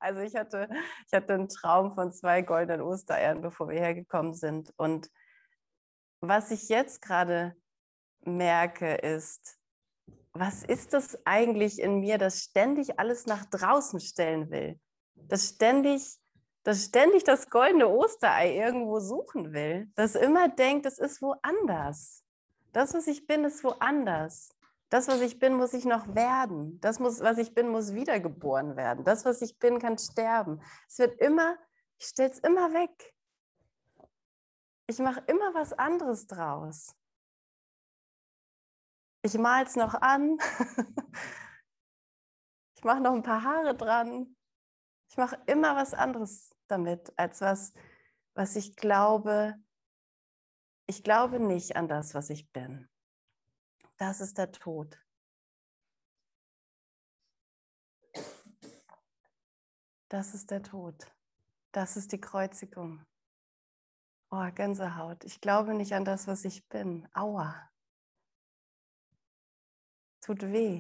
Also ich hatte einen Traum von 2 goldenen Ostereiern, bevor wir hergekommen sind. Und was ich jetzt gerade merke, ist, was ist das eigentlich in mir, das ständig alles nach draußen stellen will? Das ständig das goldene Osterei irgendwo suchen will, das immer denkt, es ist woanders. Das, was ich bin, ist woanders. Das, was ich bin, muss ich noch werden. Was ich bin, muss wiedergeboren werden. Das, was ich bin, kann sterben. Ich stelle es immer weg. Ich mache immer was anderes draus. Ich male es noch an. Ich mache noch ein paar Haare dran. Ich mache immer was anderes damit, als was ich glaube. Ich glaube nicht an das, was ich bin. Das ist der Tod. Das ist der Tod. Das ist die Kreuzigung. Oh, Gänsehaut. Ich glaube nicht an das, was ich bin. Aua. Tut weh.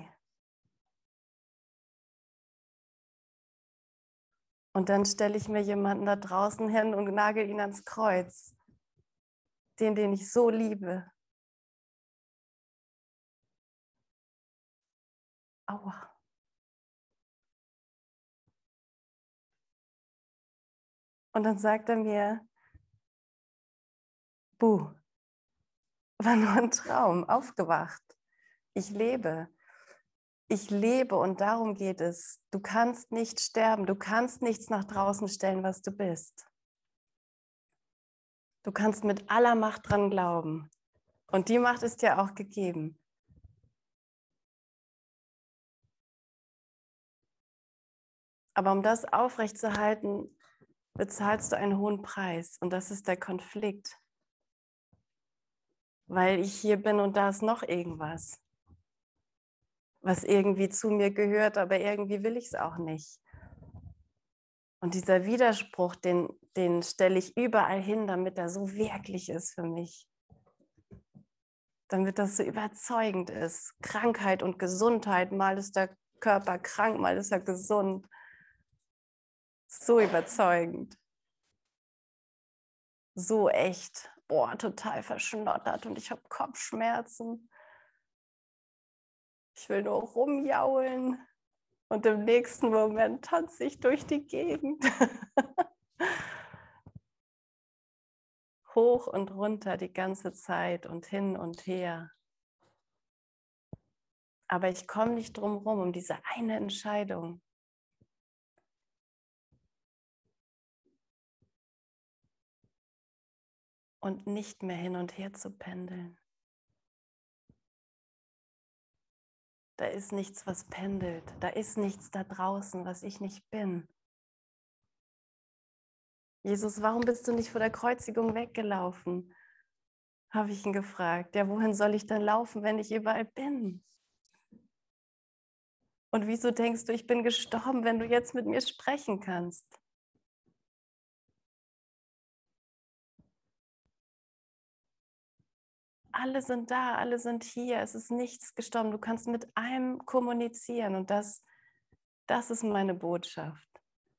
Und dann stelle ich mir jemanden da draußen hin und nagel ihn ans Kreuz. Den ich so liebe. Aua. Und dann sagt er mir, Buh, war nur ein Traum, aufgewacht. Ich lebe. Ich lebe und darum geht es. Du kannst nicht sterben. Du kannst nichts nach draußen stellen, was du bist. Du kannst mit aller Macht dran glauben. Und die Macht ist dir auch gegeben. Aber um das aufrechtzuerhalten, bezahlst du einen hohen Preis. Und das ist der Konflikt. Weil ich hier bin und da ist noch irgendwas, was irgendwie zu mir gehört, aber irgendwie will ich es auch nicht. Und dieser Widerspruch, den stelle ich überall hin, damit er so wirklich ist für mich. Damit das so überzeugend ist. Krankheit und Gesundheit, mal ist der Körper krank, mal ist er gesund. So überzeugend. So echt. Boah, total verschnottert und ich habe Kopfschmerzen. Ich will nur rumjaulen und im nächsten Moment tanze ich durch die Gegend. Hoch und runter die ganze Zeit und hin und her. Aber ich komme nicht drum rum, um diese eine Entscheidung. Und nicht mehr hin und her zu pendeln. Da ist nichts, was pendelt. Da ist nichts da draußen, was ich nicht bin. Jesus, warum bist du nicht vor der Kreuzigung weggelaufen? Habe ich ihn gefragt. Ja, wohin soll ich denn laufen, wenn ich überall bin? Und wieso denkst du, ich bin gestorben, wenn du jetzt mit mir sprechen kannst? Alle sind da, alle sind hier, es ist nichts gestorben. Du kannst mit allem kommunizieren und das ist meine Botschaft.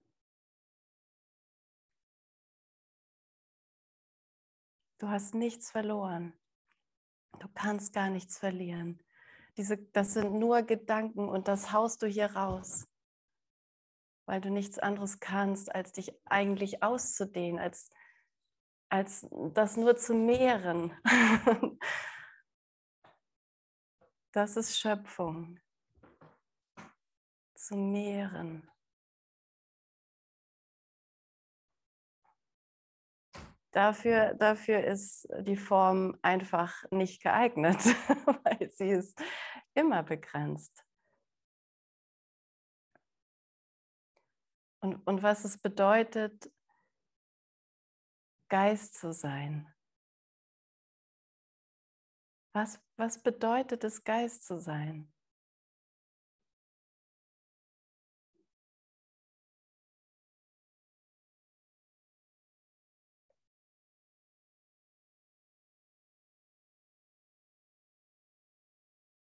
Du hast nichts verloren. Du kannst gar nichts verlieren. Das sind nur Gedanken und das haust du hier raus, weil du nichts anderes kannst, als dich eigentlich auszudehnen, als das nur zu mehren. Das ist Schöpfung. Zu mehren. Dafür ist die Form einfach nicht geeignet, weil sie ist immer begrenzt. Und was es bedeutet, Geist zu sein. Was bedeutet es, Geist zu sein?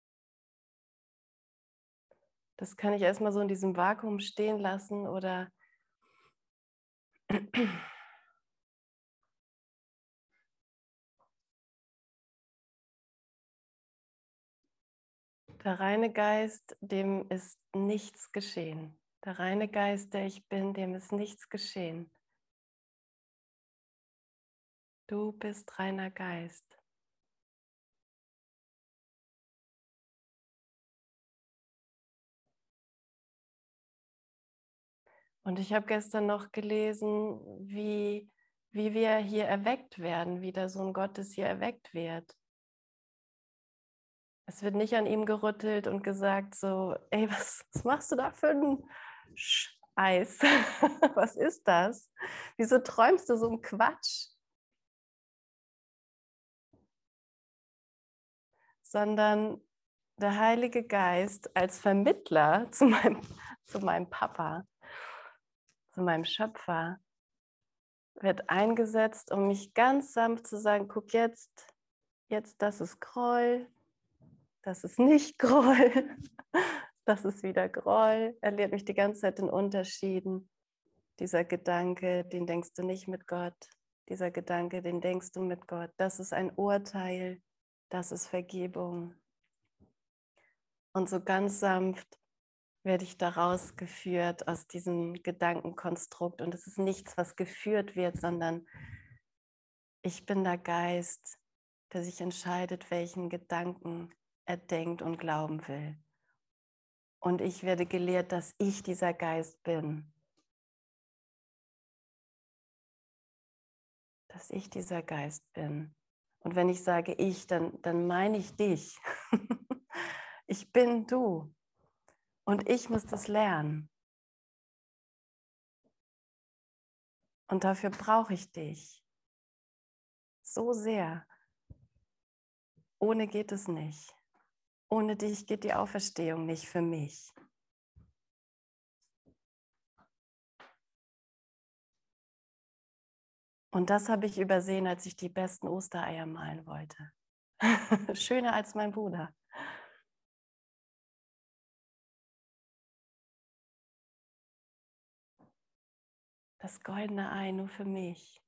Das kann ich erstmal so in diesem Vakuum stehen lassen oder Der reine Geist, dem ist nichts geschehen. Der reine Geist, der ich bin, dem ist nichts geschehen. Du bist reiner Geist. Und ich habe gestern noch gelesen, wie wir hier erweckt werden, wie der Sohn Gottes hier erweckt wird. Es wird nicht an ihm gerüttelt und gesagt so, ey, was machst du da für ein Eis? Was ist das? Wieso träumst du so einen Quatsch? Sondern der Heilige Geist als Vermittler zu meinem Papa, zu meinem Schöpfer, wird eingesetzt, um mich ganz sanft zu sagen, guck jetzt, das ist Groll, das ist nicht Groll, das ist wieder Groll. Er lehrt mich die ganze Zeit in Unterschieden. Dieser Gedanke, den denkst du nicht mit Gott. Dieser Gedanke, den denkst du mit Gott. Das ist ein Urteil, das ist Vergebung. Und so ganz sanft werde ich daraus geführt aus diesem Gedankenkonstrukt. Und es ist nichts, was geführt wird, sondern ich bin der Geist, der sich entscheidet, welchen Gedanken er denkt und glauben will. Und ich werde gelehrt, dass ich dieser Geist bin. Dass ich dieser Geist bin. Und wenn ich sage ich, dann meine ich dich. Ich bin du. Und ich muss das lernen. Und dafür brauche ich dich. So sehr. Ohne geht es nicht. Ohne dich geht die Auferstehung nicht für mich. Und das habe ich übersehen, als ich die besten Ostereier malen wollte. Schöner als mein Bruder. Das goldene Ei nur für mich.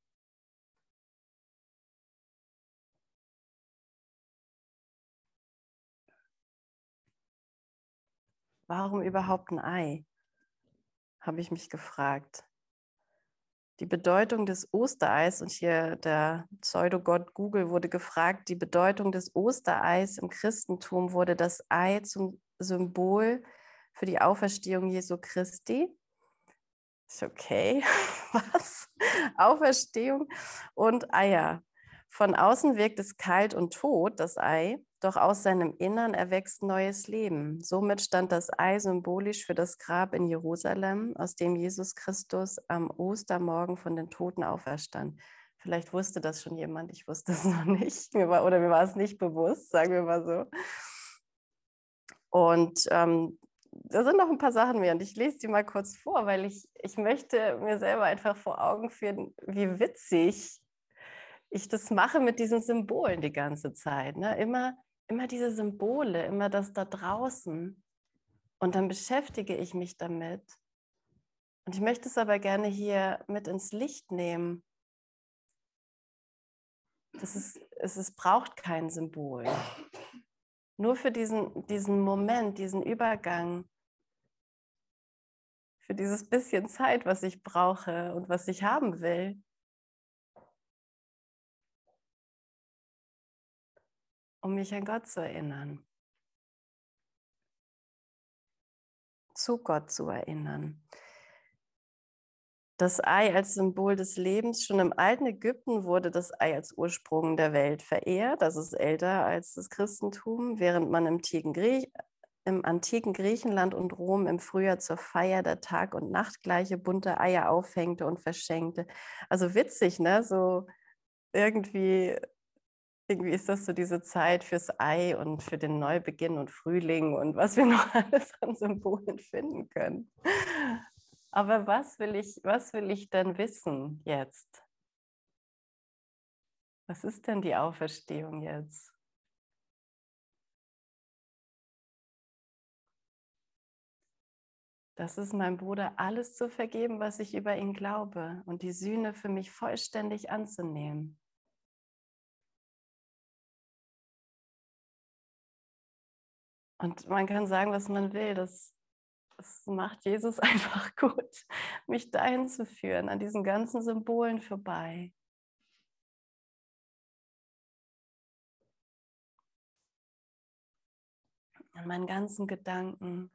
Warum überhaupt ein Ei? Habe ich mich gefragt. Die Bedeutung des Ostereis, und hier der Pseudogott Google wurde gefragt, die Bedeutung des Ostereis im Christentum wurde das Ei zum Symbol für die Auferstehung Jesu Christi. Ist okay, was? Auferstehung und Eier. Von außen wirkt es kalt und tot, das Ei, doch aus seinem Innern erwächst neues Leben. Somit stand das Ei symbolisch für das Grab in Jerusalem, aus dem Jesus Christus am Ostermorgen von den Toten auferstand. Vielleicht wusste das schon jemand, ich wusste es noch nicht, mir war es nicht bewusst, sagen wir mal so. Und da sind noch ein paar Sachen mehr und ich lese die mal kurz vor, weil ich möchte mir selber einfach vor Augen führen, wie witzig ich das mache mit diesen Symbolen die ganze Zeit. Ne? Immer diese Symbole, immer das da draußen. Und dann beschäftige ich mich damit. Und ich möchte es aber gerne hier mit ins Licht nehmen. Es braucht kein Symbol. Nur für diesen Moment, diesen Übergang, für dieses bisschen Zeit, was ich brauche und was ich haben will, um mich an Gott zu erinnern, zu Gott zu erinnern. Das Ei als Symbol des Lebens. Schon im alten Ägypten wurde das Ei als Ursprung der Welt verehrt. Das ist älter als das Christentum, während man im antiken Griechenland und Rom im Frühjahr zur Feier der Tag- und Nachtgleiche bunte Eier aufhängte und verschenkte. Also witzig, ne? So irgendwie ist das so diese Zeit fürs Ei und für den Neubeginn und Frühling und was wir noch alles an Symbolen finden können. Aber was will ich denn wissen jetzt? Was ist denn die Auferstehung jetzt? Das ist meinem Bruder alles zu vergeben, was ich über ihn glaube und die Sühne für mich vollständig anzunehmen. Und man kann sagen, was man will, das macht Jesus einfach gut, mich dahin zu führen, an diesen ganzen Symbolen vorbei. An meinen ganzen Gedanken.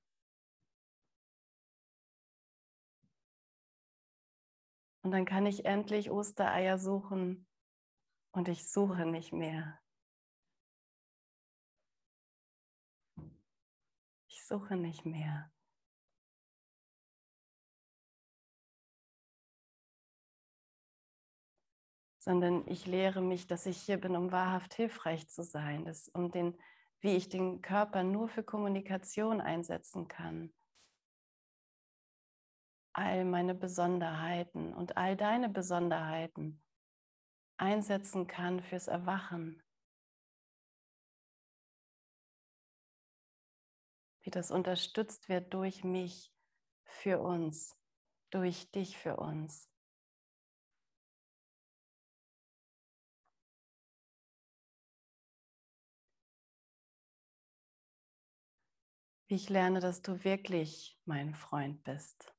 Und dann kann ich endlich Ostereier suchen und ich suche nicht mehr. Ich suche nicht mehr. Sondern ich lehre mich, dass ich hier bin, um wahrhaft hilfreich zu sein, wie ich den Körper nur für Kommunikation einsetzen kann. All meine Besonderheiten und all deine Besonderheiten einsetzen kann fürs Erwachen. Wie das unterstützt wird durch mich für uns, durch dich für uns. Wie ich lerne, dass du wirklich mein Freund bist.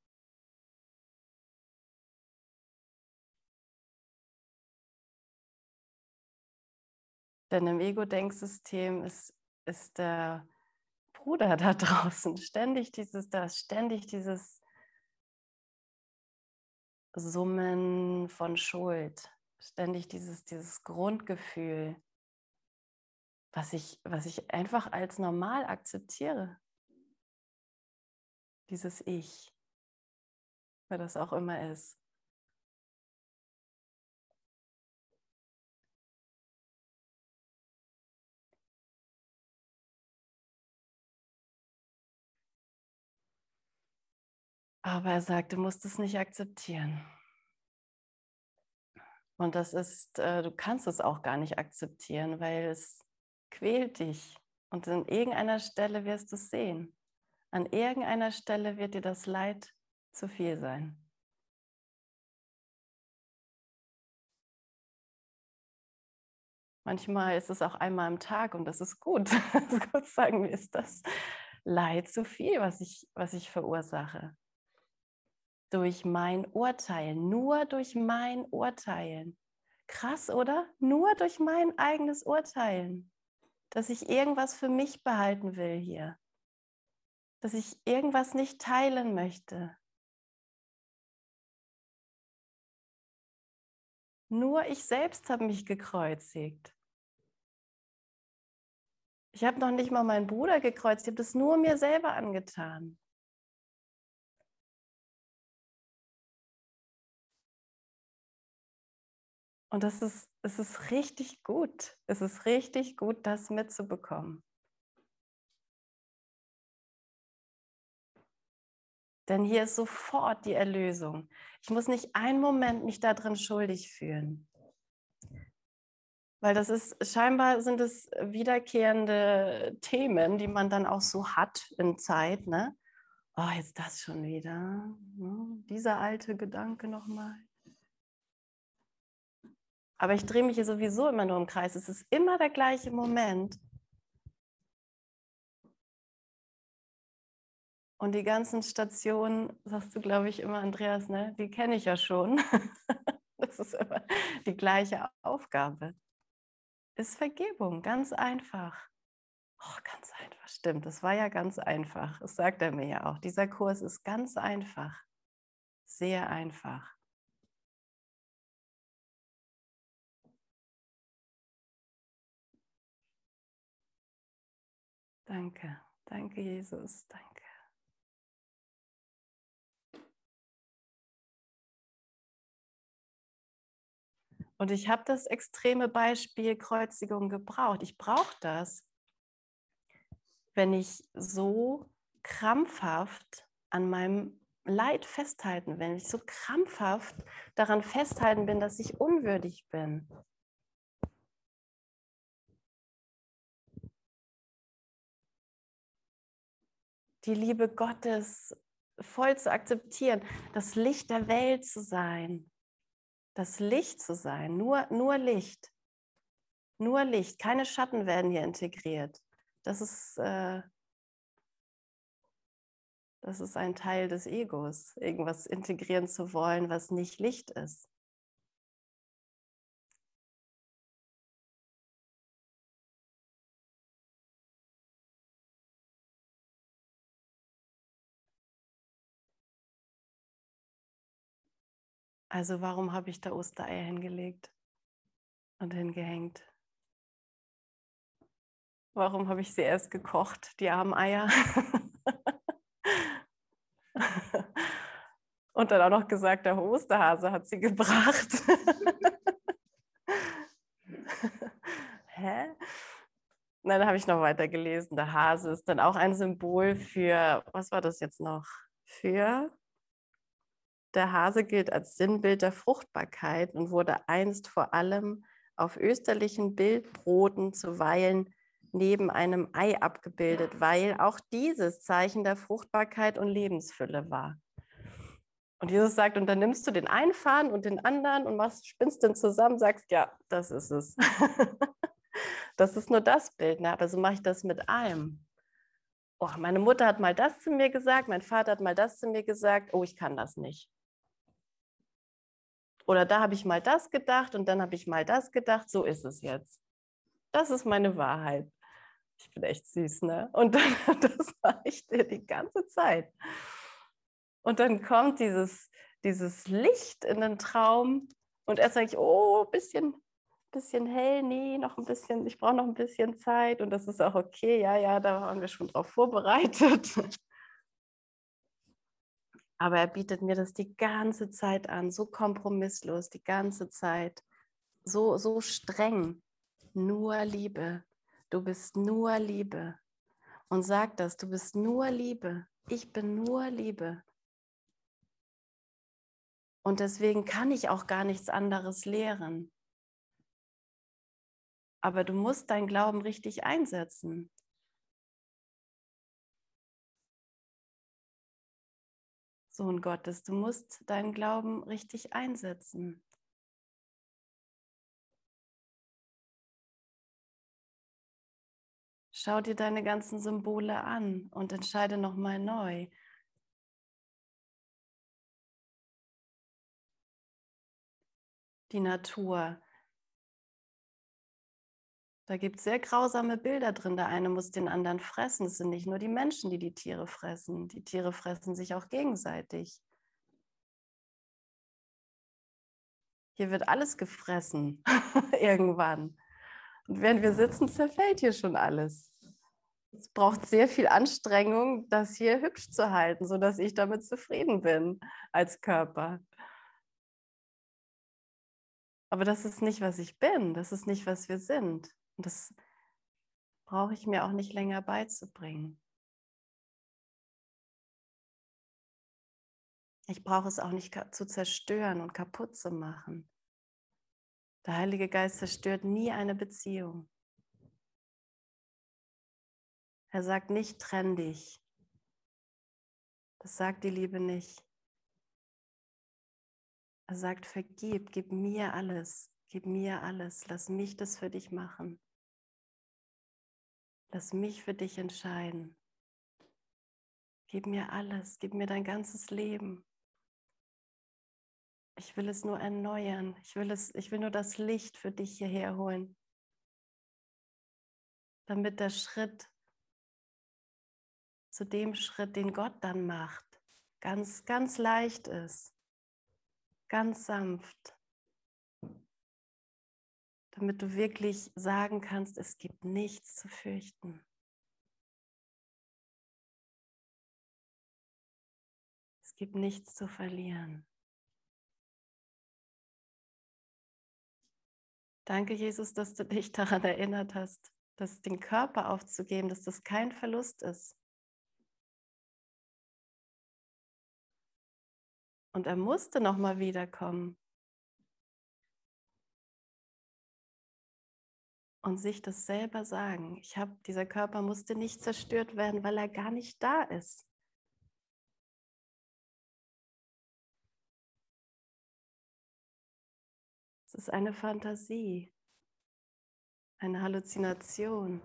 Denn im Ego-Denksystem ist der Bruder da draußen ständig dieses Summen von Schuld, ständig dieses Grundgefühl, was ich einfach als normal akzeptiere. Dieses Ich, wer das auch immer ist. Aber er sagt, du musst es nicht akzeptieren. Und du kannst es auch gar nicht akzeptieren, weil es quält dich. Und an irgendeiner Stelle wirst du es sehen. An irgendeiner Stelle wird dir das Leid zu viel sein. Manchmal ist es auch einmal am Tag und das ist gut. Gott sagen mir, ist das Leid zu viel, was ich verursache. Durch mein Urteilen, nur durch mein Urteilen. Krass, oder? Nur durch mein eigenes Urteilen, dass ich irgendwas für mich behalten will hier, dass ich irgendwas nicht teilen möchte. Nur ich selbst habe mich gekreuzigt. Ich habe noch nicht mal meinen Bruder gekreuzigt, ich habe das nur mir selber angetan. Und es ist richtig gut. Es ist richtig gut, das mitzubekommen. Denn hier ist sofort die Erlösung. Ich muss nicht einen Moment mich darin schuldig fühlen. Weil scheinbar sind es wiederkehrende Themen, die man dann auch so hat in Zeit, ne? Oh, jetzt das schon wieder. Dieser alte Gedanke nochmal. Aber ich drehe mich hier sowieso immer nur im Kreis. Es ist immer der gleiche Moment. Und die ganzen Stationen, sagst du, glaube ich, immer, Andreas, ne? Die kenne ich ja schon. Das ist immer die gleiche Aufgabe. Ist Vergebung, ganz einfach. Oh, ganz einfach, stimmt. Das war ja ganz einfach. Das sagt er mir ja auch. Dieser Kurs ist ganz einfach. Sehr einfach. Danke. Danke, Jesus. Danke. Und ich habe das extreme Beispiel Kreuzigung gebraucht. Ich brauche das, wenn ich so krampfhaft an meinem Leid festhalten, wenn ich so krampfhaft daran festhalten bin, dass ich unwürdig bin. Die Liebe Gottes voll zu akzeptieren, das Licht der Welt zu sein. Das Licht zu sein, nur Licht. Nur Licht, keine Schatten werden hier integriert. Das ist ein Teil des Egos, irgendwas integrieren zu wollen, was nicht Licht ist. Also warum habe ich da Ostereier hingelegt und hingehängt? Warum habe ich sie erst gekocht, die armen Eier? Und dann auch noch gesagt, der Osterhase hat sie gebracht. Hä? Nein, dann habe ich noch weiter gelesen. Der Hase ist dann auch ein Symbol für, was war das jetzt noch? Der Hase gilt als Sinnbild der Fruchtbarkeit und wurde einst vor allem auf österlichen Bildbroten zuweilen neben einem Ei abgebildet, weil auch dieses Zeichen der Fruchtbarkeit und Lebensfülle war. Und Jesus sagt, und dann nimmst du den einen Faden und den anderen und spinnst den zusammen, sagst, ja, das ist es. Das ist nur das Bild, ne? Aber so mache ich das mit allem. Oh, meine Mutter hat mal das zu mir gesagt, mein Vater hat mal das zu mir gesagt, oh, ich kann das nicht. Oder da habe ich mal das gedacht und dann habe ich mal das gedacht, so ist es jetzt. Das ist meine Wahrheit. Ich bin echt süß, ne? Und dann, das war ich die ganze Zeit. Und dann kommt dieses Licht in den Traum und erst sage ich, oh, bisschen hell, nee, noch ein bisschen, ich brauche noch ein bisschen Zeit und das ist auch okay, ja, da waren wir schon drauf vorbereitet. Aber er bietet mir das die ganze Zeit an, so kompromisslos, die ganze Zeit, so streng. Nur Liebe. Du bist nur Liebe. Und sag das, du bist nur Liebe. Ich bin nur Liebe. Und deswegen kann ich auch gar nichts anderes lehren. Aber du musst deinen Glauben richtig einsetzen. Sohn Gottes, du musst deinen Glauben richtig einsetzen. Schau dir deine ganzen Symbole an und entscheide nochmal neu. Die Natur. Da gibt es sehr grausame Bilder drin. Der eine muss den anderen fressen. Es sind nicht nur die Menschen, die die Tiere fressen. Die Tiere fressen sich auch gegenseitig. Hier wird alles gefressen, irgendwann. Und während wir sitzen, zerfällt hier schon alles. Es braucht sehr viel Anstrengung, das hier hübsch zu halten, sodass ich damit zufrieden bin als Körper. Aber das ist nicht, was ich bin. Das ist nicht, was wir sind. Und das brauche ich mir auch nicht länger beizubringen. Ich brauche es auch nicht zu zerstören und kaputt zu machen. Der Heilige Geist zerstört nie eine Beziehung. Er sagt nicht, trenn dich. Das sagt die Liebe nicht. Er sagt, vergib, gib mir alles, lass mich das für dich machen. Lass mich für dich entscheiden. Gib mir alles, gib mir dein ganzes Leben. Ich will es nur erneuern. Ich will nur das Licht für dich hierher holen, damit der Schritt zu dem Schritt, den Gott dann macht, ganz, ganz leicht ist, ganz sanft, damit du wirklich sagen kannst, es gibt nichts zu fürchten. Es gibt nichts zu verlieren. Danke, Jesus, dass du dich daran erinnert hast, dass den Körper aufzugeben, dass das kein Verlust ist. Und er musste nochmal wiederkommen und sich das selber sagen. Dieser Körper musste nicht zerstört werden, weil er gar nicht da ist. Es ist eine Fantasie, eine Halluzination.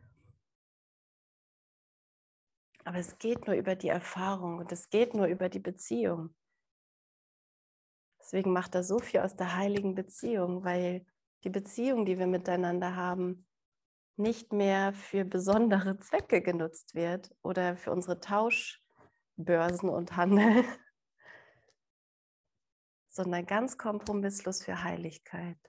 Aber es geht nur über die Erfahrung und es geht nur über die Beziehung. Deswegen macht er so viel aus der heiligen Beziehung, weil die Beziehung, die wir miteinander haben, nicht mehr für besondere Zwecke genutzt wird oder für unsere Tauschbörsen und Handel, sondern ganz kompromisslos für Heiligkeit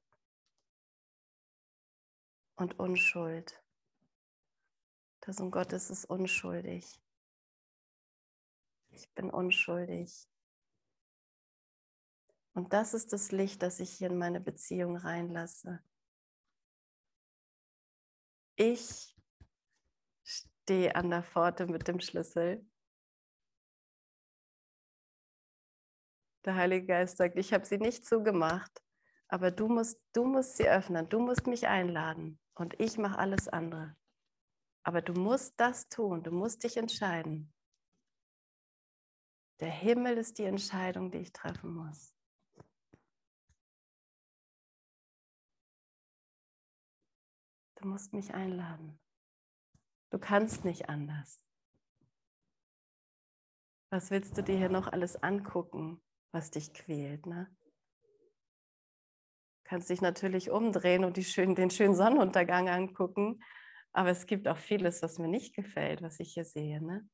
und Unschuld. Das Sohn Gottes ist unschuldig. Ich bin unschuldig. Und das ist das Licht, das ich hier in meine Beziehung reinlasse. Ich stehe an der Pforte mit dem Schlüssel. Der Heilige Geist sagt, ich habe sie nicht zugemacht, aber du musst sie öffnen, du musst mich einladen und ich mache alles andere. Aber du musst das tun, du musst dich entscheiden. Der Himmel ist die Entscheidung, die ich treffen muss. Du musst mich einladen. Du kannst nicht anders. Was willst du dir hier noch alles angucken, was dich quält, ne? Du kannst dich natürlich umdrehen und den schönen Sonnenuntergang angucken, aber es gibt auch vieles, was mir nicht gefällt, was ich hier sehe, ne?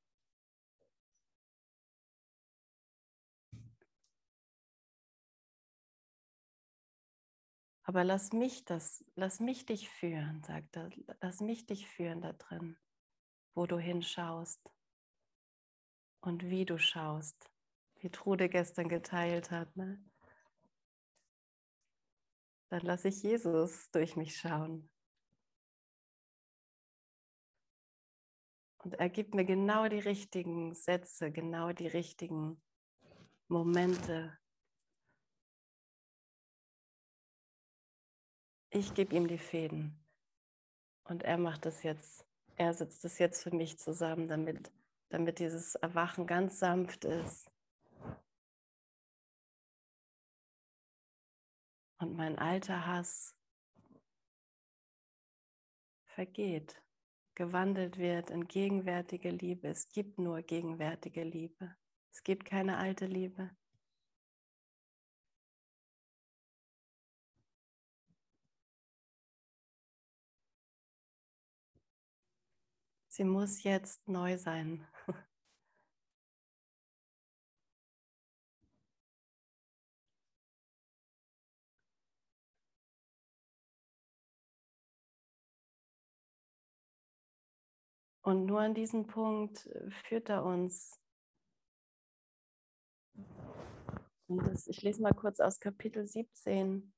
Aber lass mich dich führen, sagt er. Lass mich dich führen da drin, wo du hinschaust und wie du schaust, wie Trude gestern geteilt hat. Ne? Dann lasse ich Jesus durch mich schauen. Und er gibt mir genau die richtigen Sätze, genau die richtigen Momente. Ich gebe ihm die Fäden. Und er macht das jetzt. Er setzt es jetzt für mich zusammen, damit dieses Erwachen ganz sanft ist. Und mein alter Hass vergeht, gewandelt wird in gegenwärtige Liebe. Es gibt nur gegenwärtige Liebe. Es gibt keine alte Liebe. Sie muss jetzt neu sein. Und nur an diesen Punkt führt er uns. Ich lese mal kurz aus Kapitel 17.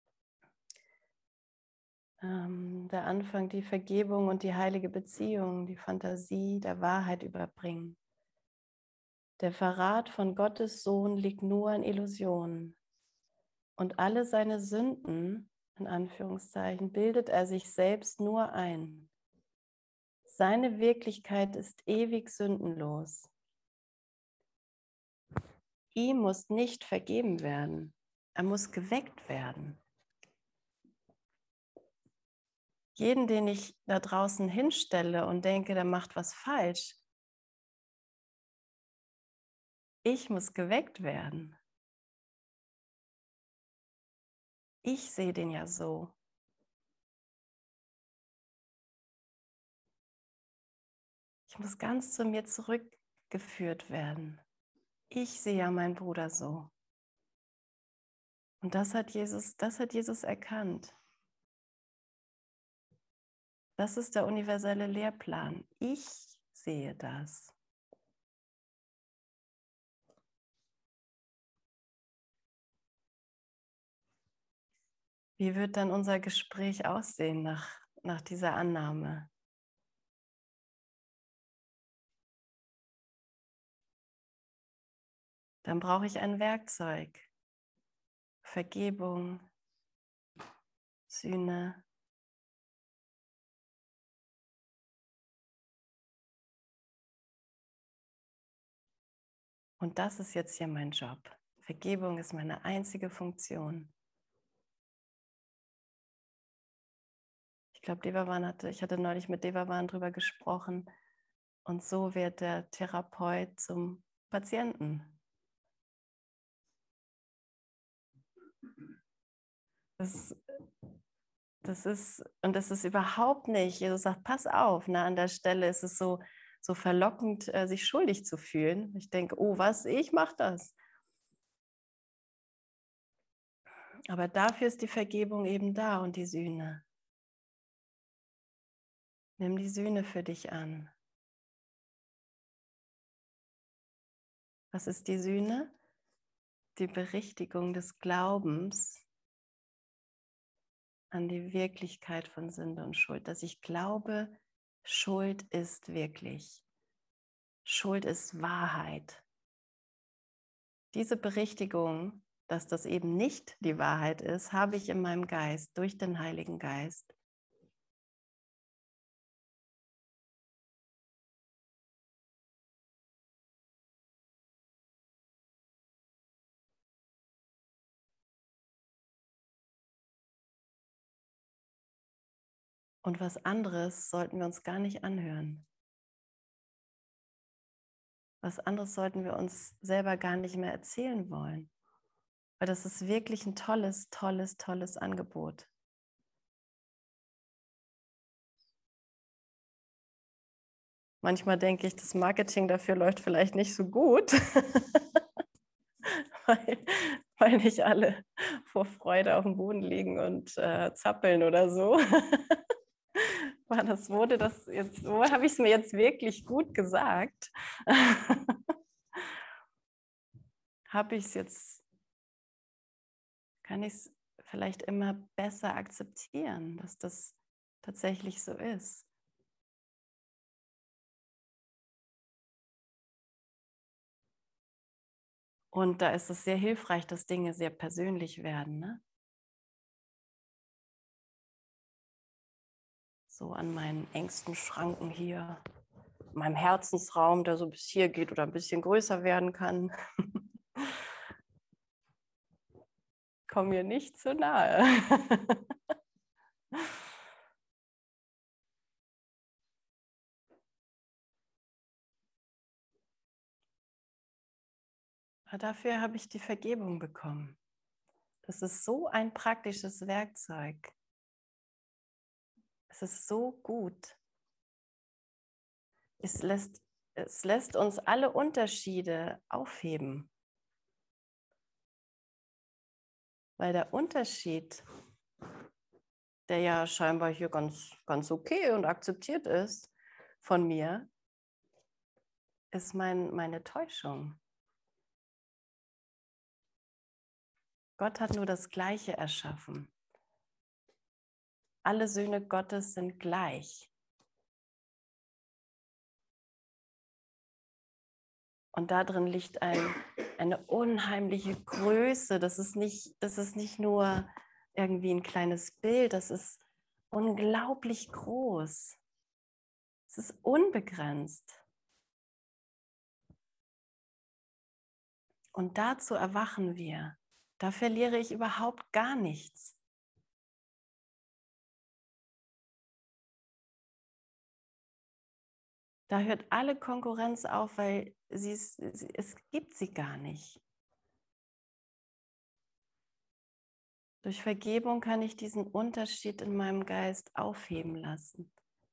Der Anfang, die Vergebung und die heilige Beziehung, die Fantasie der Wahrheit überbringen. Der Verrat von Gottes Sohn liegt nur in Illusionen. Und alle seine Sünden, in Anführungszeichen, bildet er sich selbst nur ein. Seine Wirklichkeit ist ewig sündenlos. Ihm muss nicht vergeben werden. Er muss geweckt werden. Jeden, den ich da draußen hinstelle und denke, der macht was falsch, ich muss geweckt werden. Ich sehe den ja so. Ich muss ganz zu mir zurückgeführt werden. Ich sehe ja meinen Bruder so. Und das hat Jesus erkannt. Das ist der universelle Lehrplan. Ich sehe das. Wie wird dann unser Gespräch aussehen nach dieser Annahme? Dann brauche ich ein Werkzeug. Vergebung, Sühne. Und das ist jetzt hier mein Job. Vergebung ist meine einzige Funktion. glaube, ich hatte neulich mit Devavan drüber gesprochen. Und so wird der Therapeut zum Patienten. Das ist überhaupt nicht, Jesus sagt, pass auf, ne, an der Stelle ist es so verlockend, sich schuldig zu fühlen. Ich denke, oh was, ich mache das. Aber dafür ist die Vergebung eben da und die Sühne. Nimm die Sühne für dich an. Was ist die Sühne? Die Berichtigung des Glaubens an die Wirklichkeit von Sünde und Schuld. Dass ich glaube, Schuld ist wirklich. Schuld ist Wahrheit. Diese Berichtigung, dass das eben nicht die Wahrheit ist, habe ich in meinem Geist durch den Heiligen Geist. Und was anderes sollten wir uns gar nicht anhören. Was anderes sollten wir uns selber gar nicht mehr erzählen wollen. Weil das ist wirklich ein tolles, tolles, tolles Angebot. Manchmal denke ich, das Marketing dafür läuft vielleicht nicht so gut, weil nicht alle vor Freude auf dem Boden liegen und zappeln oder so. Wo habe ich es mir jetzt wirklich gut gesagt? Kann ich es vielleicht immer besser akzeptieren, dass das tatsächlich so ist. Und da ist es sehr hilfreich, dass Dinge sehr persönlich werden, ne? So an meinen engsten Schranken hier, meinem Herzensraum, der so bis hier geht oder ein bisschen größer werden kann. Komm mir nicht zu nahe. Aber dafür habe ich die Vergebung bekommen. Das ist so ein praktisches Werkzeug. Es ist so gut. Es lässt uns alle Unterschiede aufheben. Weil der Unterschied, der ja scheinbar hier ganz, ganz okay und akzeptiert ist von mir, ist meine Täuschung. Gott hat nur das Gleiche erschaffen. Alle Söhne Gottes sind gleich. Und darin liegt eine unheimliche Größe. Das ist nicht nur irgendwie ein kleines Bild, das ist unglaublich groß. Es ist unbegrenzt. Und dazu erwachen wir. Da verliere ich überhaupt gar nichts. Da hört alle Konkurrenz auf, weil es gibt sie gar nicht. Durch Vergebung kann ich diesen Unterschied in meinem Geist aufheben lassen.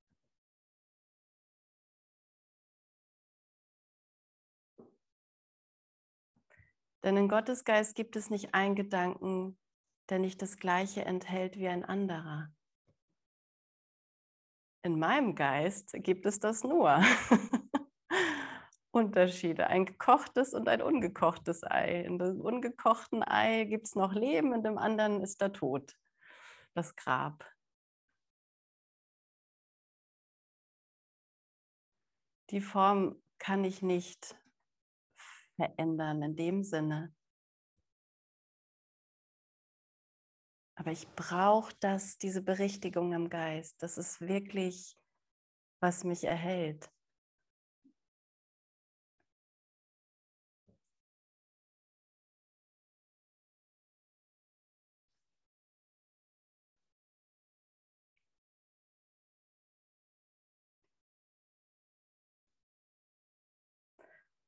Denn in Gottes Geist gibt es nicht einen Gedanken, der nicht das Gleiche enthält wie ein anderer. In meinem Geist gibt es das nur. Unterschiede, ein gekochtes und ein ungekochtes Ei. In dem ungekochten Ei gibt es noch Leben, in dem anderen ist der Tod, das Grab. Die Form kann ich nicht verändern in dem Sinne. Aber ich brauche diese Berichtigung im Geist. Das ist wirklich, was mich erhält.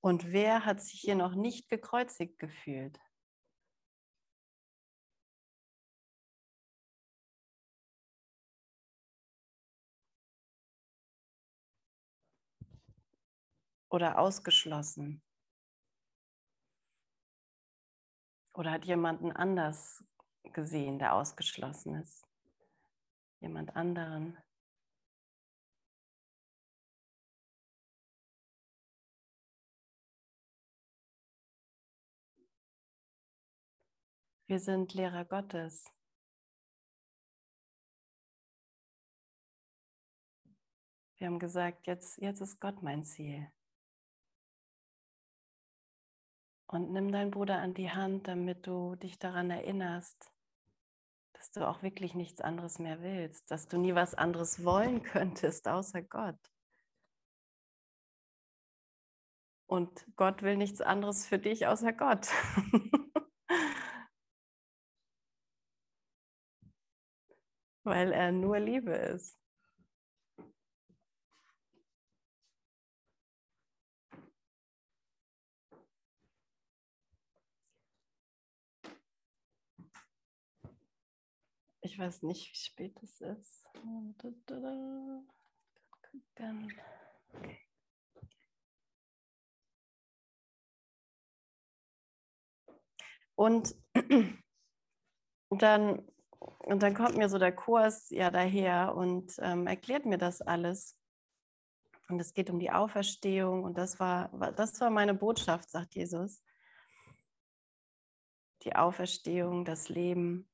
Und wer hat sich hier noch nicht gekreuzigt gefühlt? Oder ausgeschlossen? Oder hat jemanden anders gesehen, der ausgeschlossen ist? Jemand anderen? Wir sind Lehrer Gottes. Wir haben gesagt, jetzt ist Gott mein Ziel. Und nimm deinen Bruder an die Hand, damit du dich daran erinnerst, dass du auch wirklich nichts anderes mehr willst, dass du nie was anderes wollen könntest außer Gott. Und Gott will nichts anderes für dich außer Gott. Weil er nur Liebe ist. Ich weiß nicht, wie spät es ist. Und dann kommt mir so der Kurs ja daher und erklärt mir das alles. Und es geht um die Auferstehung und das war meine Botschaft, sagt Jesus. Die Auferstehung, das Leben.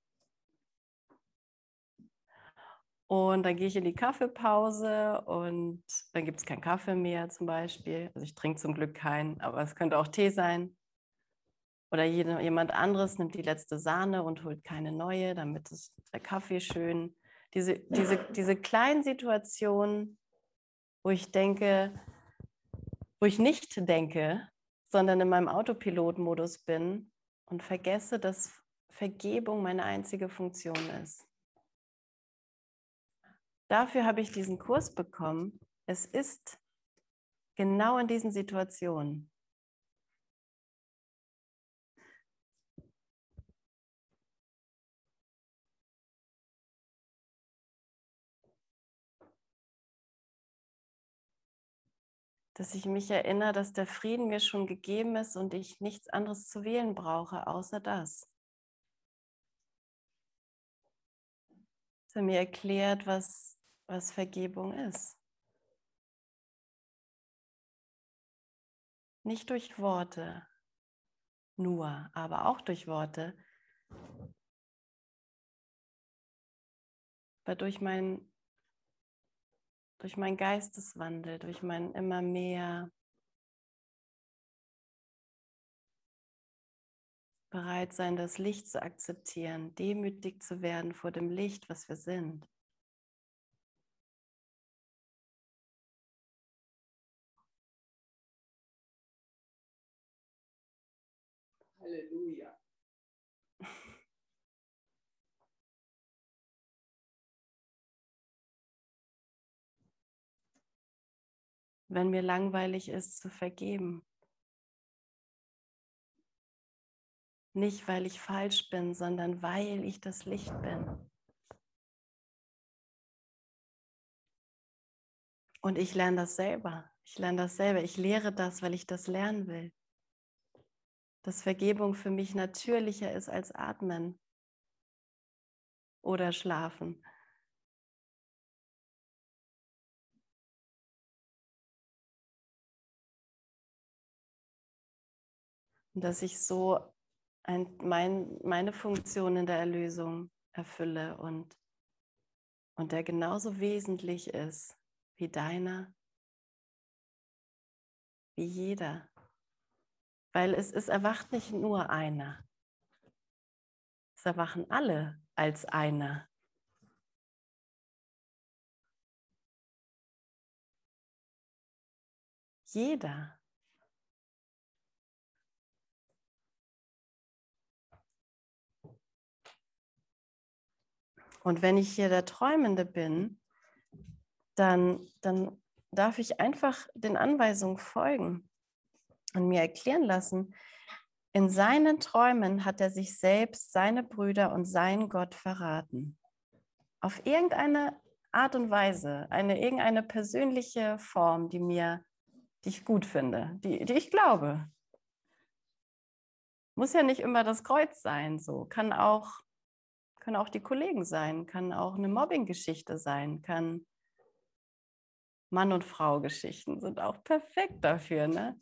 Und dann gehe ich in die Kaffeepause und dann gibt es keinen Kaffee mehr zum Beispiel. Also ich trinke zum Glück keinen, aber es könnte auch Tee sein. Oder jemand anderes nimmt die letzte Sahne und holt keine neue, damit ist der Kaffee schön. Diese kleinen Situationen, wo ich nicht denke, sondern in meinem Autopilot-Modus bin und vergesse, dass Vergebung meine einzige Funktion ist. Dafür habe ich diesen Kurs bekommen. Es ist genau in diesen Situationen. Dass ich mich erinnere, dass der Frieden mir schon gegeben ist und ich nichts anderes zu wählen brauche, außer das. Dass er mir erklärt, was Vergebung ist. Nicht durch Worte nur, aber auch durch Worte, aber durch meinen Geisteswandel, durch mein immer mehr bereit sein, das Licht zu akzeptieren, demütig zu werden vor dem Licht, was wir sind. Halleluja. Wenn mir langweilig ist, zu vergeben. Nicht, weil ich falsch bin, sondern weil ich das Licht bin. Und ich lerne das selber. Ich lehre das, weil ich das lernen will. Dass Vergebung für mich natürlicher ist als Atmen oder Schlafen. Und dass ich so meine Funktion in der Erlösung erfülle und der genauso wesentlich ist wie deiner, wie jeder. Weil es erwacht nicht nur einer. Es erwachen alle als einer. Jeder. Und wenn ich hier der Träumende bin, dann darf ich einfach den Anweisungen folgen. und mir erklären lassen, in seinen Träumen hat er sich selbst, seine Brüder und seinen Gott verraten. Auf irgendeine Art und Weise, irgendeine persönliche Form, die ich gut finde, die ich glaube. Muss ja nicht immer das Kreuz sein, so. Können auch die Kollegen sein, kann auch eine Mobbing-Geschichte sein, kann Mann- und Frau-Geschichten sind auch perfekt dafür, ne?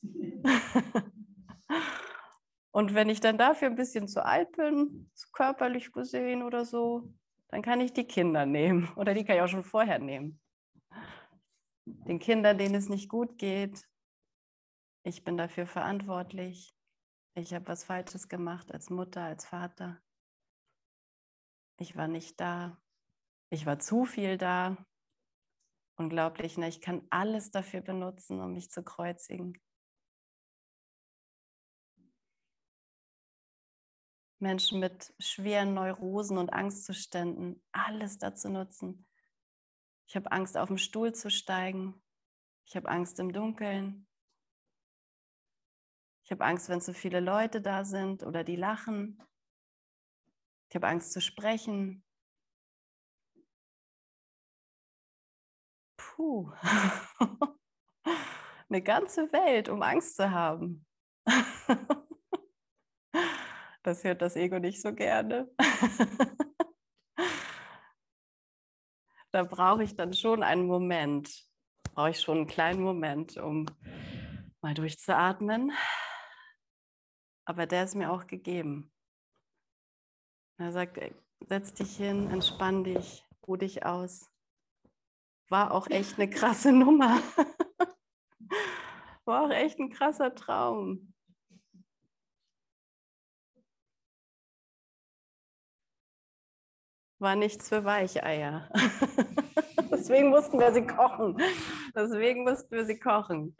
Und wenn ich dann dafür ein bisschen zu alt bin, körperlich gesehen oder so, dann kann ich die Kinder nehmen oder die kann ich auch schon vorher nehmen. Den Kindern, denen es nicht gut geht, ich bin dafür verantwortlich. Ich habe was Falsches gemacht als Mutter, als Vater. Ich war nicht da. Ich war zu viel da. Unglaublich, ne? Ich kann alles dafür benutzen, um mich zu kreuzigen. Menschen mit schweren Neurosen und Angstzuständen, alles dazu nutzen. Ich habe Angst, auf den Stuhl zu steigen. Ich habe Angst im Dunkeln. Ich habe Angst, wenn zu viele Leute da sind oder die lachen. Ich habe Angst zu sprechen. Puh. Eine ganze Welt, um Angst zu haben. Das hört das Ego nicht so gerne. Da brauche ich dann schon einen Moment, brauche ich schon einen kleinen Moment, um mal durchzuatmen. Aber der ist mir auch gegeben. Er sagt, setz dich hin, entspann dich, ruh dich aus. War auch echt eine krasse Nummer. War auch echt ein krasser Traum. War nichts für Weicheier. Deswegen mussten wir sie kochen. Deswegen mussten wir sie kochen.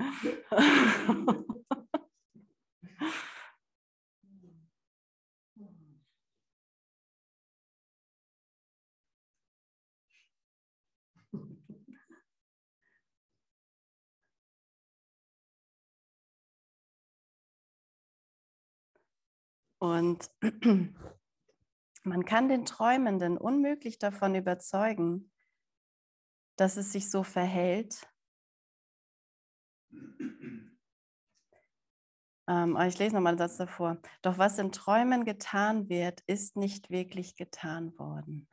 Und man kann den Träumenden unmöglich davon überzeugen, dass es sich so verhält. Ich lese nochmal einen Satz davor. Doch was in Träumen getan wird, ist nicht wirklich getan worden.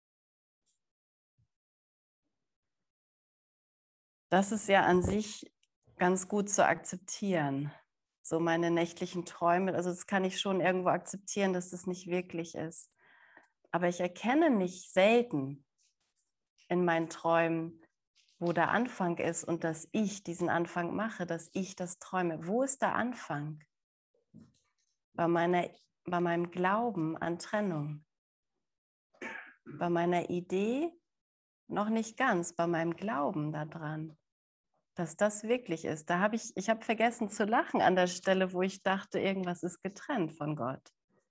Das ist ja an sich ganz gut zu akzeptieren. So meine nächtlichen Träume, also das kann ich schon irgendwo akzeptieren, dass das nicht wirklich ist. Aber ich erkenne nicht selten in meinen Träumen, wo der Anfang ist und dass ich diesen Anfang mache, dass ich das träume. Wo ist der Anfang? Bei meinem Glauben an Trennung. Bei meiner Idee noch nicht ganz, bei meinem Glauben daran, dass das wirklich ist. Ich habe vergessen zu lachen an der Stelle, wo ich dachte, irgendwas ist getrennt von Gott.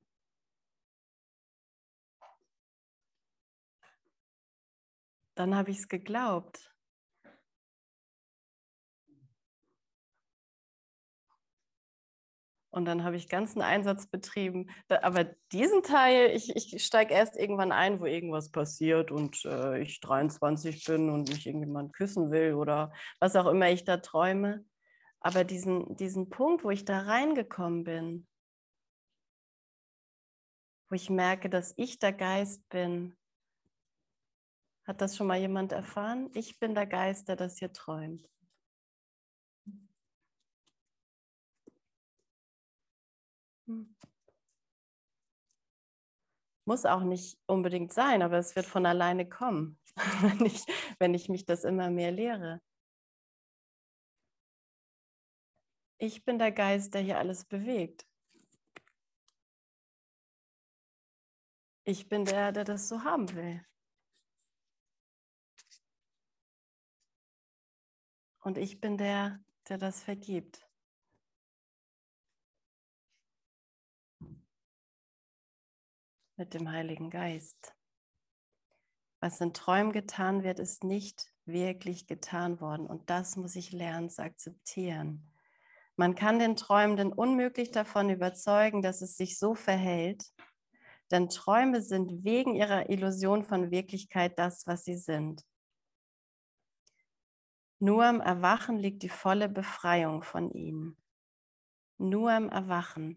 Dann habe ich es geglaubt. Und dann habe ich ganzen Einsatz betrieben. Aber diesen Teil, ich steige erst irgendwann ein, wo irgendwas passiert und ich 23 bin und mich irgendjemand küssen will oder was auch immer ich da träume. Aber diesen Punkt, wo ich da reingekommen bin, wo ich merke, dass ich der Geist bin, hat das schon mal jemand erfahren? Ich bin der Geist, der das hier träumt. Muss auch nicht unbedingt sein, aber es wird von alleine kommen, wenn ich mich das immer mehr lehre. Ich bin der Geist, der hier alles bewegt. Ich bin der das so haben will. Und ich bin der das vergibt. Mit dem Heiligen Geist. Was in Träumen getan wird, ist nicht wirklich getan worden. Und das muss ich lernen zu akzeptieren. Man kann den Träumenden unmöglich davon überzeugen, dass es sich so verhält, denn Träume sind wegen ihrer Illusion von Wirklichkeit das, was sie sind. Nur im Erwachen liegt die volle Befreiung von ihnen. Nur im Erwachen.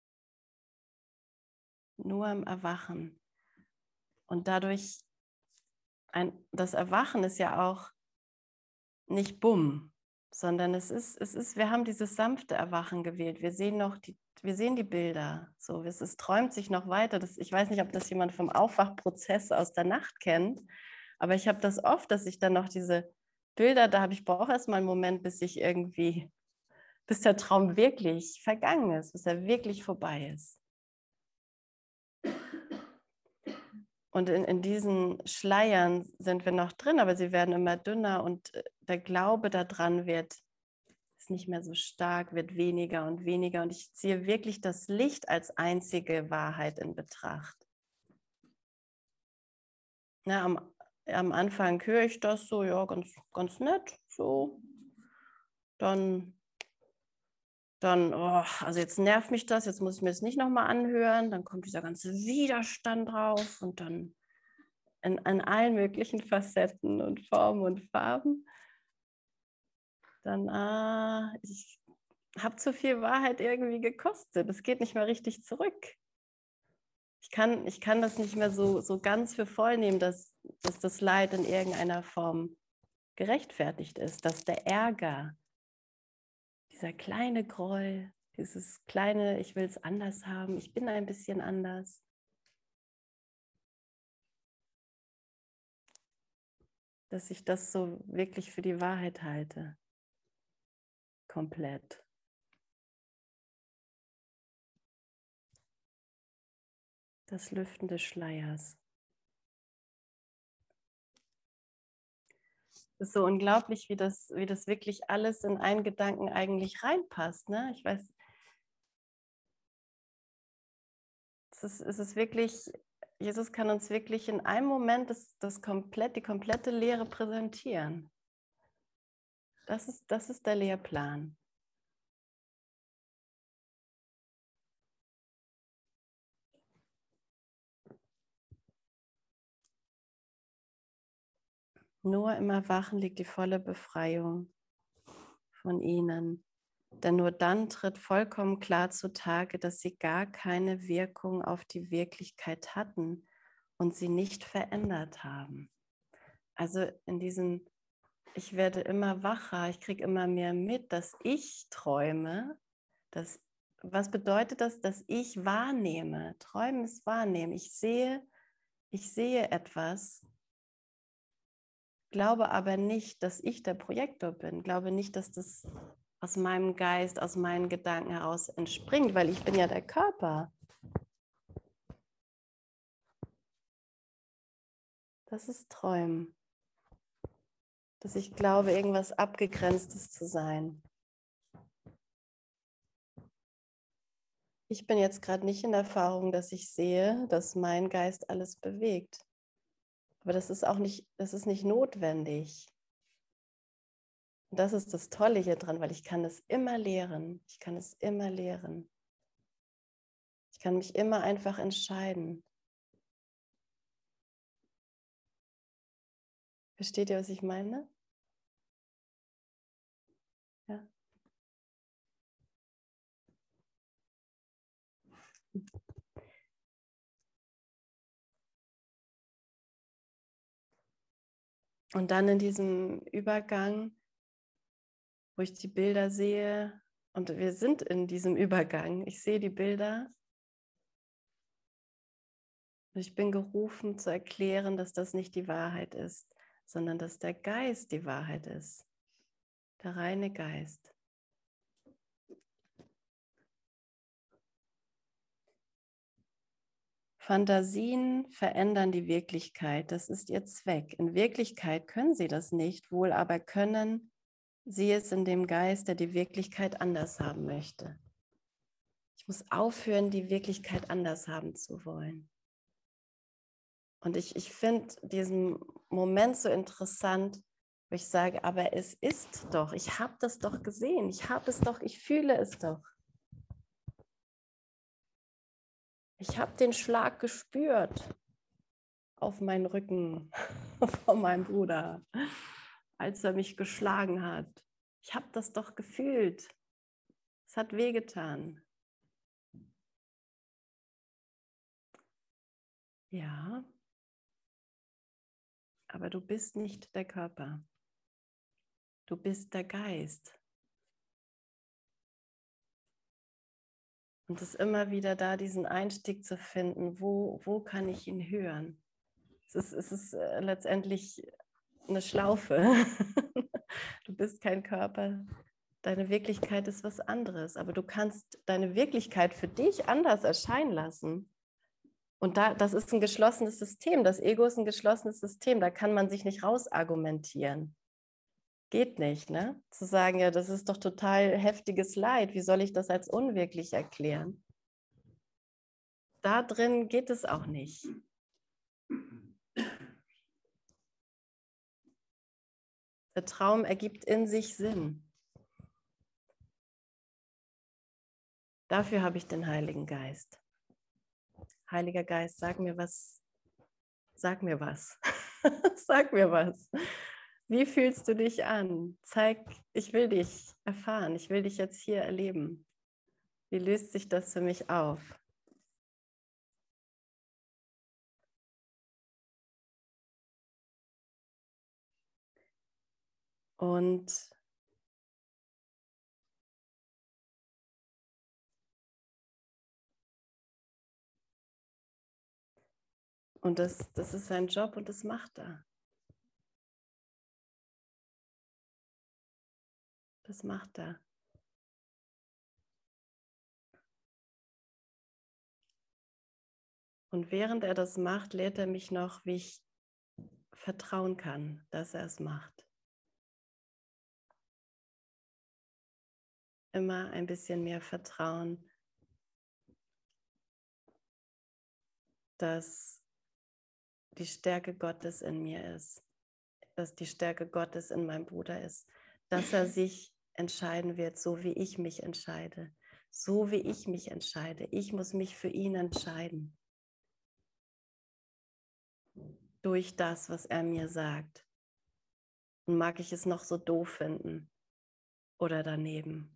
Nur im Erwachen. Und dadurch, das Erwachen ist ja auch nicht bumm, sondern wir haben dieses sanfte Erwachen gewählt. Wir sehen die Bilder. So, es träumt sich noch weiter. Ich weiß nicht, ob das jemand vom Aufwachprozess aus der Nacht kennt, aber ich habe das oft, dass ich dann noch diese Bilder, ich brauche erstmal einen Moment, bis der Traum wirklich vergangen ist, bis er wirklich vorbei ist. Und in diesen Schleiern sind wir noch drin, aber sie werden immer dünner und der Glaube daran ist nicht mehr so stark, wird weniger und weniger. Und ich ziehe wirklich das Licht als einzige Wahrheit in Betracht. Na, am Anfang höre ich das so, ja, ganz, ganz nett, so. Dann, also jetzt nervt mich das, jetzt muss ich mir das nicht nochmal anhören. Dann kommt dieser ganze Widerstand drauf und dann in allen möglichen Facetten und Formen und Farben. Dann, ich habe zu viel Wahrheit irgendwie gekostet. Es geht nicht mehr richtig zurück. Ich kann das nicht mehr so ganz für voll nehmen, dass das Leid in irgendeiner Form gerechtfertigt ist, dass der Ärger, dieser kleine Groll, dieses kleine, ich will es anders haben, ich bin ein bisschen anders, dass ich das so wirklich für die Wahrheit halte. Komplett. Das Lüften des Schleiers. Es ist so unglaublich, wie das wirklich alles in einen Gedanken eigentlich reinpasst. Ne? Ich weiß, es ist wirklich, Jesus kann uns wirklich in einem Moment die komplette Lehre präsentieren. Das ist der Lehrplan. Nur im Erwachen liegt die volle Befreiung von ihnen. Denn nur dann tritt vollkommen klar zutage, dass sie gar keine Wirkung auf die Wirklichkeit hatten und sie nicht verändert haben. Also ich werde immer wacher, ich kriege immer mehr mit, dass ich träume. Was bedeutet das, dass ich wahrnehme? Träumen ist wahrnehmen. Ich sehe etwas, glaube aber nicht, dass ich der Projektor bin. Glaube nicht, dass das aus meinem Geist, aus meinen Gedanken heraus entspringt, weil ich bin ja der Körper. Das ist Träumen. Dass ich glaube, irgendwas Abgegrenztes zu sein. Ich bin jetzt gerade nicht in der Erfahrung, dass ich sehe, dass mein Geist alles bewegt. Aber das ist nicht notwendig. Und das ist das Tolle hier dran, weil ich kann es immer lehren. Ich kann es immer lehren. Ich kann mich immer einfach entscheiden. Versteht ihr, was ich meine? Ja. Und dann in diesem Übergang, wo ich die Bilder sehe, und wir sind in diesem Übergang, ich sehe die Bilder und ich bin gerufen zu erklären, dass das nicht die Wahrheit ist, sondern dass der Geist die Wahrheit ist, der reine Geist. Fantasien verändern die Wirklichkeit, das ist ihr Zweck. In Wirklichkeit können sie das nicht, wohl aber können sie es in dem Geist, der die Wirklichkeit anders haben möchte. Ich muss aufhören, die Wirklichkeit anders haben zu wollen. Und ich finde diesen Moment so interessant, Wo ich sage, aber es ist doch, ich habe das doch gesehen, ich habe es doch, ich fühle es doch. Ich habe den Schlag gespürt auf meinen Rücken von meinem Bruder, als er mich geschlagen hat. Ich habe das doch gefühlt. Es hat wehgetan. Ja, aber du bist nicht der Körper. Du bist der Geist. Und es ist immer wieder da, diesen Einstieg zu finden, wo kann ich ihn hören? Es ist letztendlich eine Schlaufe. Du bist kein Körper. Deine Wirklichkeit ist was anderes. Aber du kannst deine Wirklichkeit für dich anders erscheinen lassen. Und das ist ein geschlossenes System. Das Ego ist ein geschlossenes System. Da kann man sich nicht rausargumentieren. Geht nicht, ne? Zu sagen, ja, das ist doch total heftiges Leid. Wie soll ich das als unwirklich erklären? Da drin geht es auch nicht. Der Traum ergibt in sich Sinn. Dafür habe ich den Heiligen Geist. Heiliger Geist, sag mir was. Sag mir was. Sag mir was. Wie fühlst du dich an? Zeig, ich will dich erfahren. Ich will dich jetzt hier erleben. Wie löst sich das für mich auf? Und das ist sein Job und das macht er. Das macht er. Und während er das macht, lehrt er mich noch, wie ich vertrauen kann, dass er es macht. Immer ein bisschen mehr Vertrauen, dass die Stärke Gottes in mir ist, dass die Stärke Gottes in meinem Bruder ist, dass er sich entscheiden wird, so wie ich mich entscheide. So wie ich mich entscheide. Ich muss mich für ihn entscheiden. Durch das, was er mir sagt. Und mag ich es noch so doof finden oder daneben.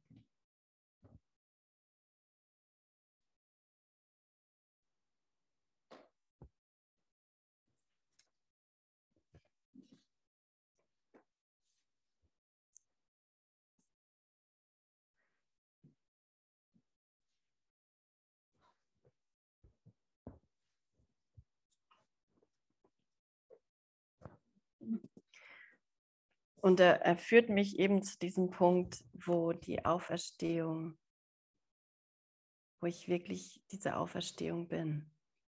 Und er führt mich eben zu diesem Punkt, wo die Auferstehung, wo ich wirklich diese Auferstehung bin.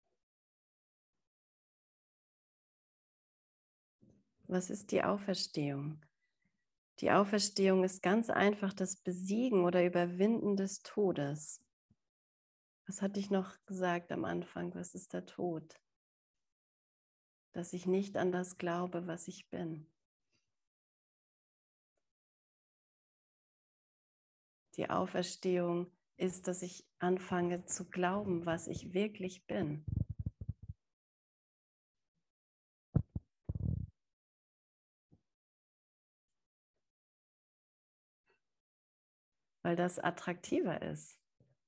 Was ist die Auferstehung? Die Auferstehung ist ganz einfach das Besiegen oder Überwinden des Todes. Was hatte ich noch gesagt am Anfang? Was ist der Tod? Dass ich nicht an das glaube, was ich bin. Die Auferstehung ist, dass ich anfange zu glauben, was ich wirklich bin. Weil das attraktiver ist.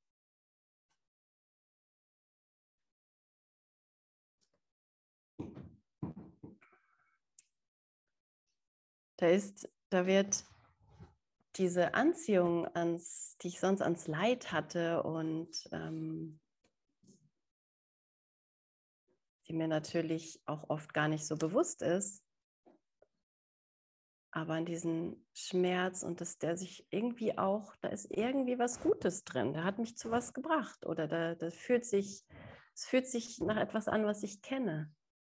Da wird diese Anziehung, die ich sonst ans Leid hatte und die mir natürlich auch oft gar nicht so bewusst ist, aber an diesen Schmerz und der sich irgendwie auch, da ist irgendwie was Gutes drin, der hat mich zu was gebracht oder es fühlt sich nach etwas an, was ich kenne.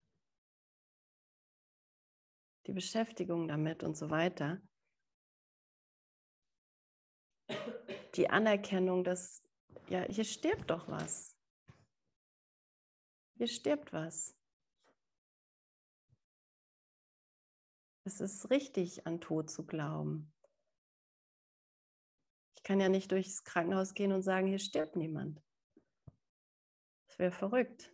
Die Beschäftigung damit und so weiter. Die Anerkennung, dass, ja, hier stirbt doch was. Hier stirbt was. Es ist richtig, an Tod zu glauben. Ich kann ja nicht durchs Krankenhaus gehen und sagen, hier stirbt niemand. Das wäre verrückt.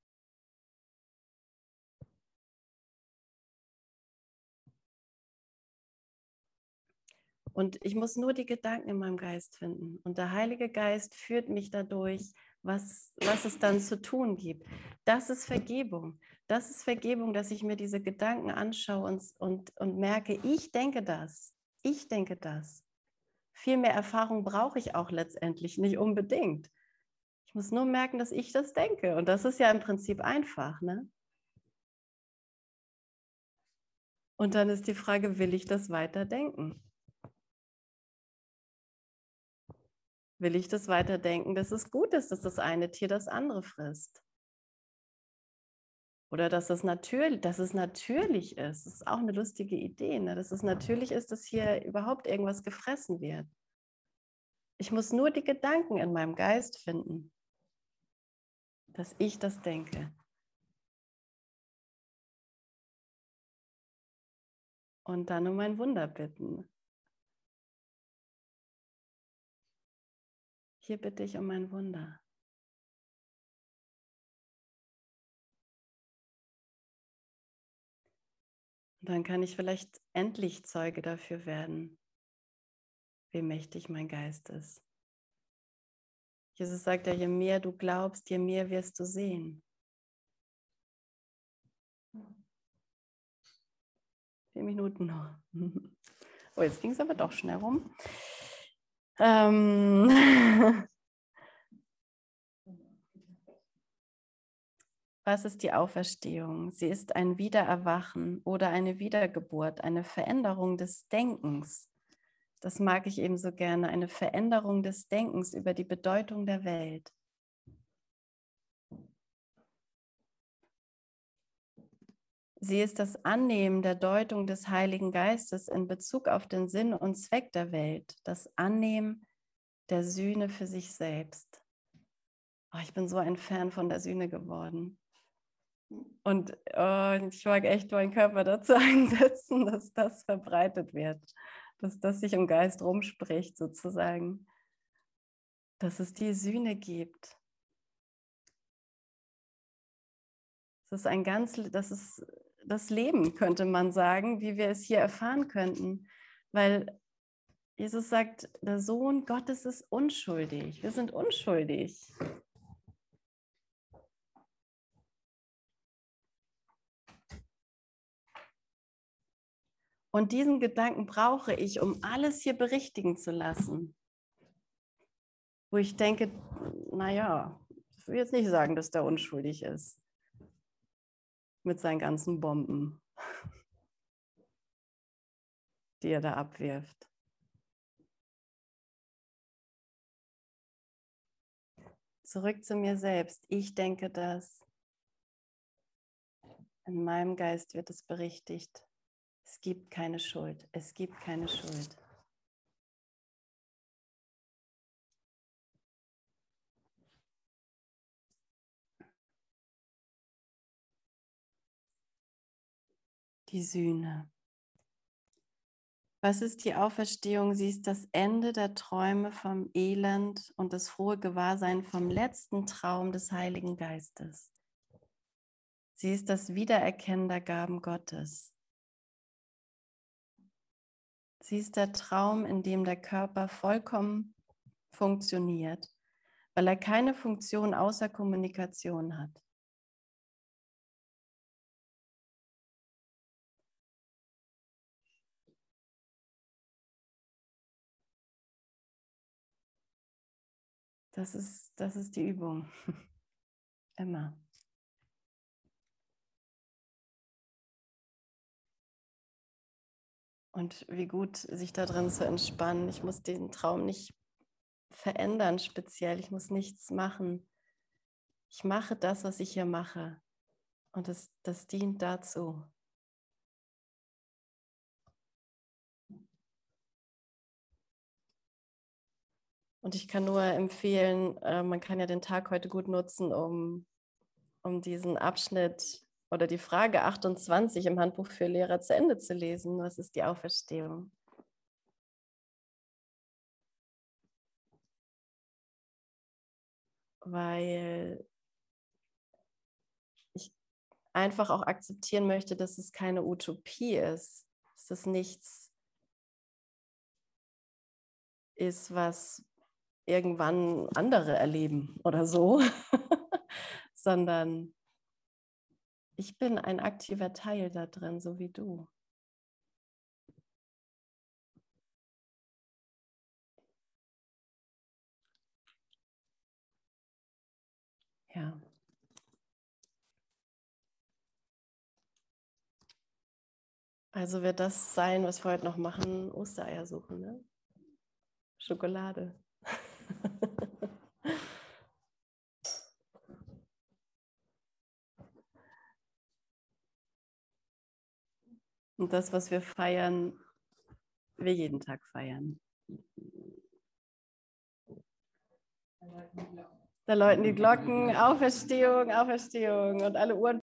Und ich muss nur die Gedanken in meinem Geist finden. Und der Heilige Geist führt mich dadurch, was es dann zu tun gibt. Das ist Vergebung. Das ist Vergebung, dass ich mir diese Gedanken anschaue und merke, ich denke das. Ich denke das. Viel mehr Erfahrung brauche ich auch letztendlich nicht unbedingt. Ich muss nur merken, dass ich das denke. Und das ist ja im Prinzip einfach, ne? Und dann ist die Frage, will ich das weiter denken? Will ich das weiterdenken, dass es gut ist, dass das eine Tier das andere frisst? Oder dass es natürlich ist. Das ist auch eine lustige Idee, ne? Dass es natürlich ist, dass hier überhaupt irgendwas gefressen wird. Ich muss nur die Gedanken in meinem Geist finden, dass ich das denke. Und dann um ein Wunder bitten. Hier bitte ich um ein Wunder. Und dann kann ich vielleicht endlich Zeuge dafür werden, wie mächtig mein Geist ist. Jesus sagt ja, je mehr du glaubst, je mehr wirst du sehen. 4 Minuten noch. Oh, jetzt ging es aber doch schnell rum. Was ist die Auferstehung? Sie ist ein Wiedererwachen oder eine Wiedergeburt, eine Veränderung des Denkens. Das mag ich eben so gerne, eine Veränderung des Denkens über die Bedeutung der Welt. Sie ist das Annehmen der Deutung des Heiligen Geistes in Bezug auf den Sinn und Zweck der Welt, das Annehmen der Sühne für sich selbst. Oh, ich bin so ein Fan von der Sühne geworden. Und ich mag echt meinen Körper dazu einsetzen, dass das verbreitet wird, dass das sich im Geist rumspricht sozusagen, dass es die Sühne gibt. Das ist das Leben, könnte man sagen, wie wir es hier erfahren könnten, weil Jesus sagt, der Sohn Gottes ist unschuldig. Wir sind unschuldig. Und diesen Gedanken brauche ich, um alles hier berichtigen zu lassen. Wo ich denke, naja, ich will jetzt nicht sagen, dass der unschuldig ist. Mit seinen ganzen Bomben, die er da abwirft. Zurück zu mir selbst. Ich denke das. In meinem Geist wird es berichtigt. Es gibt keine Schuld. Es gibt keine Schuld. Die Sühne. Was ist die Auferstehung? Sie ist das Ende der Träume vom Elend und das frohe Gewahrsein vom letzten Traum des Heiligen Geistes. Sie ist das Wiedererkennen der Gaben Gottes. Sie ist der Traum, in dem der Körper vollkommen funktioniert, weil er keine Funktion außer Kommunikation hat. Das ist die Übung. Immer. Und wie gut, sich da drin zu entspannen. Ich muss den Traum nicht verändern speziell. Ich muss nichts machen. Ich mache das, was ich hier mache. Und das dient dazu. Und ich kann nur empfehlen, man kann ja den Tag heute gut nutzen, um diesen Abschnitt oder die Frage 28 im Handbuch für Lehrer zu Ende zu lesen. Was ist die Auferstehung? Weil ich einfach auch akzeptieren möchte, dass es keine Utopie ist, dass es nichts ist, was irgendwann andere erleben oder so, sondern ich bin ein aktiver Teil da drin, so wie du. Ja. Also wird das sein, was wir heute noch machen, Ostereier suchen, ne? Schokolade. Und das, was wir feiern, wir jeden Tag feiern. Da läuten die Glocken, Auferstehung, Auferstehung und alle Uhren